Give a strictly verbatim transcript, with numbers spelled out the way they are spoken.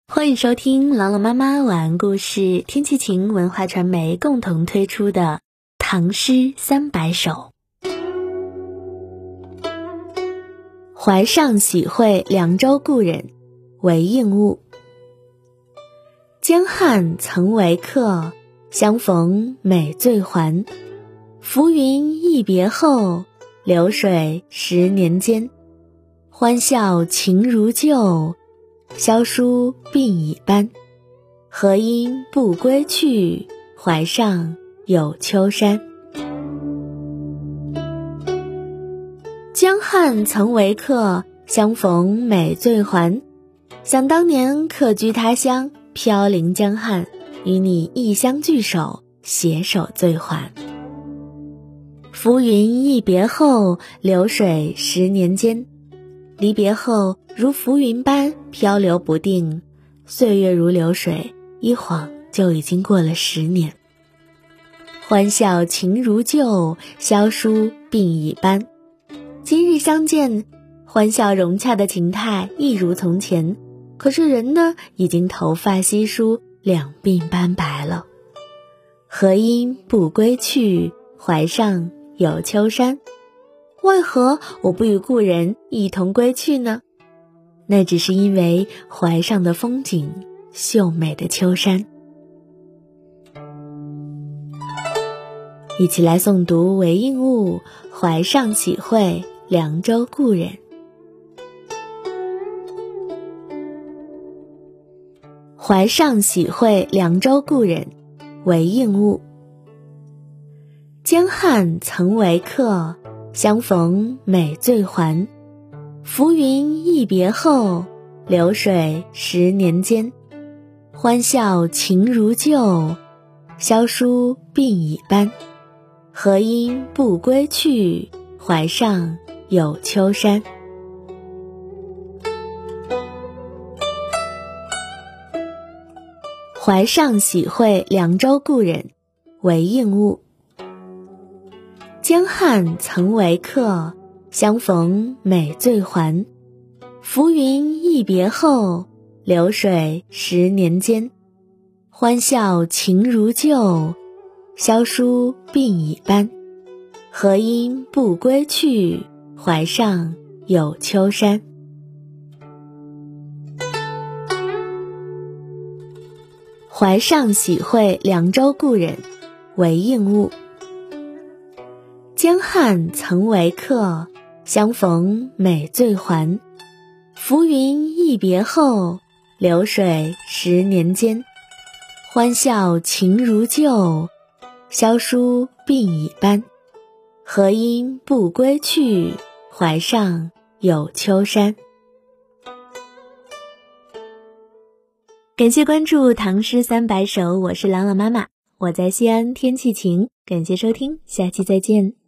欢迎收听朗朗妈妈晚安故事，天气晴文化传媒共同推出的《唐诗三百首》。怀上喜会凉州故人，韦应物。江汉曾为客，相逢每醉还。浮云一别后，流水十年间。欢笑情如旧，萧疏鬓已斑。何因不归去，怀上有秋山。江汉曾为客，相逢每醉还。想当年客居他乡，飘零江汉，与你一相聚首，携手醉还。浮云一别后，流水十年间。离别后如浮云般漂流不定，岁月如流水，一晃就已经过了十年。欢笑情如旧，萧疏鬓已斑。今日相见，欢笑融洽的情态一如从前，可是人呢，已经头发稀疏，两鬓斑白了。何因不归去，怀上有秋山。为何我不与故人一同归去呢？那只是因为怀上的风景，秀美的秋山。一起来诵读韦应物《怀上喜会凉州故人》。怀上喜会凉州故人，韦应物。江汉曾为客，相逢每醉还。浮云一别后，流水十年间。欢笑情如旧，萧疏鬓已斑。何因不归去，怀上有秋山。怀上喜会凉州故人，韦应物。江汉曾为客，相逢每醉还。浮云一别后，流水十年间。欢笑情如旧，萧疏鬓已斑。何因不归去，怀上有秋山。怀上喜会凉州故人，韦应物。江汉曾为客，相逢每醉还。浮云一别后，流水十年间。欢笑情如旧，萧疏鬓已斑。何因不归去，怀上有秋山。感谢关注唐诗三百首，我是朗朗妈妈，我在西安，天气晴。感谢收听，下期再见。